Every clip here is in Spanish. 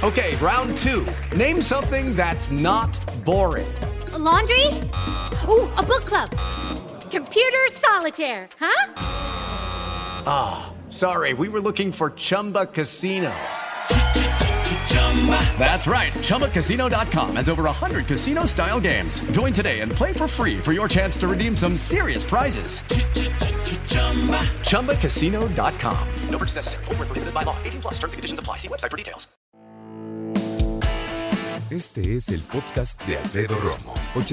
Okay, round two. Name something that's not boring. A laundry? Ooh, a book club. Computer solitaire, huh? Ah, sorry, we were looking for Chumba Casino. That's right. ChumbaCasino.com has over 100 casino-style games. Join today and play for free for your chance to redeem some serious prizes. ChumbaCasino.com. No purchase necessary. Void where prohibited by law. 18+ terms and conditions apply. See website for details. Este es el podcast de Alfredo Romo.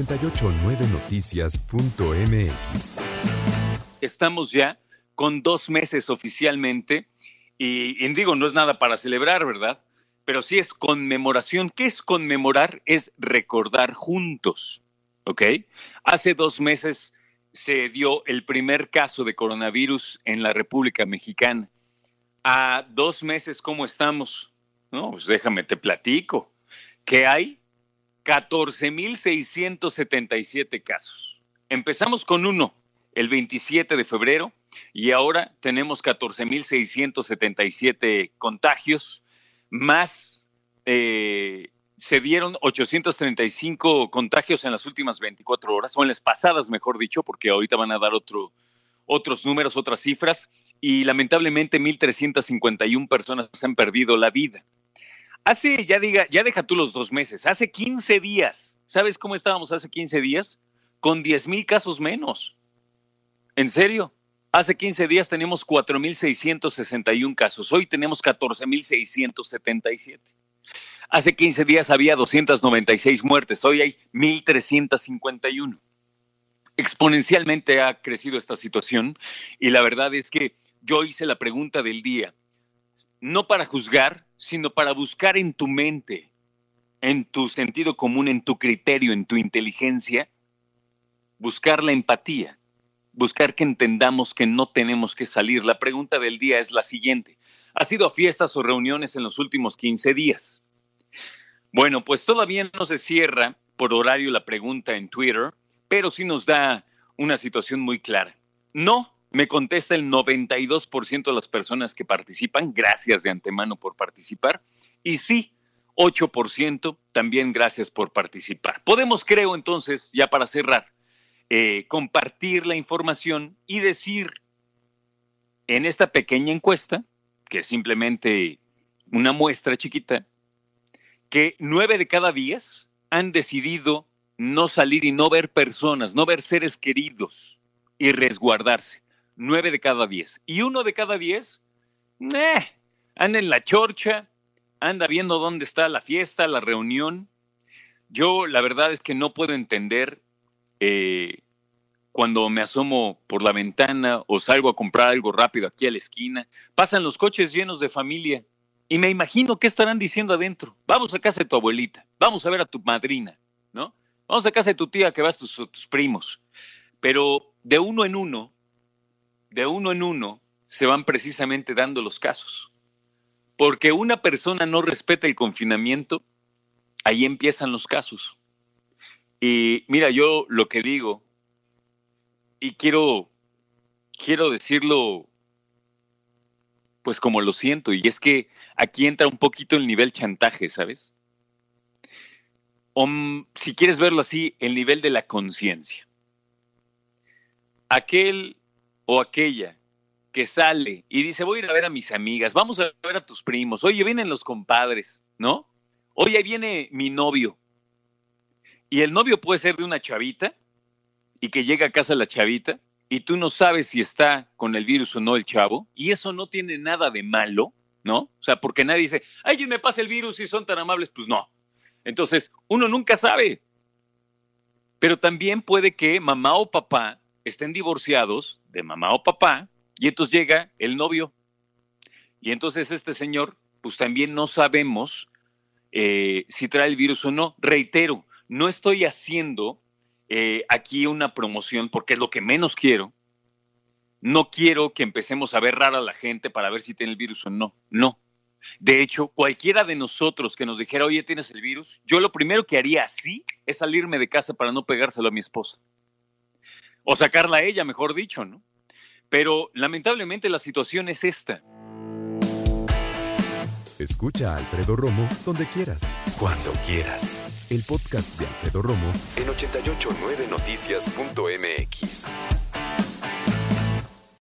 889noticias.mx. Estamos ya con 2 meses oficialmente y digo, no es nada para celebrar, ¿verdad? Pero sí es conmemoración. ¿Qué es conmemorar? Es recordar juntos, ¿ok? Hace 2 meses se dio el primer caso de coronavirus en la República Mexicana. A 2 meses, ¿cómo estamos? No, pues déjame, te platico. Que hay 14,677 casos. Empezamos con uno el 27 de febrero y ahora tenemos 14,677 contagios. Más se dieron 835 contagios en las últimas 24 horas, o en las pasadas, mejor dicho, porque ahorita van a dar otros números, otras cifras, y lamentablemente 1,351 personas han perdido la vida. Ya deja tú los 2 meses, hace 15 días, ¿sabes cómo estábamos hace 15 días? Con 10,000 casos menos. ¿En serio? Hace 15 días teníamos 4,661 casos. Hoy tenemos 14,677. Hace 15 días había 296 muertes. Hoy hay 1,351. Exponencialmente ha crecido esta situación y la verdad es que yo hice la pregunta del día, no para juzgar, sino para buscar en tu mente, en tu sentido común, en tu criterio, en tu inteligencia, buscar la empatía. Buscar que entendamos que no tenemos que salir. La pregunta del día es la siguiente. ¿Has ido a fiestas o reuniones en los últimos 15 días? Bueno, pues todavía no se cierra por horario la pregunta en Twitter, pero sí nos da una situación muy clara. No, me contesta el 92% de las personas que participan. Gracias de antemano por participar. Y sí, 8% también gracias por participar. Podemos, creo, entonces, ya para cerrar, compartir la información y decir en esta pequeña encuesta, que es simplemente una muestra chiquita, que 9 de cada 10 han decidido no salir y no ver personas, no ver seres queridos y resguardarse. 9 de cada 10. Y 1 de cada 10, anda en la chorcha, anda viendo dónde está la fiesta, la reunión. Yo la verdad es que no puedo entender cuando me asomo por la ventana o salgo a comprar algo rápido aquí a la esquina, pasan los coches llenos de familia y me imagino qué estarán diciendo adentro. Vamos a casa de tu abuelita, vamos a ver a tu madrina, ¿no? Vamos a casa de tu tía que vas tus primos. Pero de uno en uno se van precisamente dando los casos. Porque una persona no respeta el confinamiento, ahí empiezan los casos. Y mira, yo lo que digo, y quiero decirlo pues como lo siento, y es que aquí entra un poquito el nivel chantaje, ¿sabes? O, si quieres verlo así, el nivel de la conciencia. Aquel o aquella que sale y dice, voy a ir a ver a mis amigas, vamos a ver a tus primos, oye, vienen los compadres, ¿no? Oye, ahí viene mi novio. Y el novio puede ser de una chavita y que llega a casa la chavita y tú no sabes si está con el virus o no el chavo, y eso no tiene nada de malo, ¿no? O sea, porque nadie dice, ay, me pasa el virus y son tan amables, pues no. Entonces, uno nunca sabe. Pero también puede que mamá o papá estén divorciados de mamá o papá y entonces llega el novio. Y entonces este señor, pues también no sabemos si trae el virus o no. Reitero, no estoy haciendo aquí una promoción porque es lo que menos quiero. No quiero que empecemos a ver rara a la gente para ver si tiene el virus o no. No. De hecho, cualquiera de nosotros que nos dijera, oye, ¿tienes el virus? Yo lo primero que haría así es salirme de casa para no pegárselo a mi esposa. O sacarla a ella, mejor dicho, ¿no? Pero lamentablemente la situación es esta. Escucha a Alfredo Romo donde quieras, cuando quieras. El podcast de Alfredo Romo en 889noticias.mx.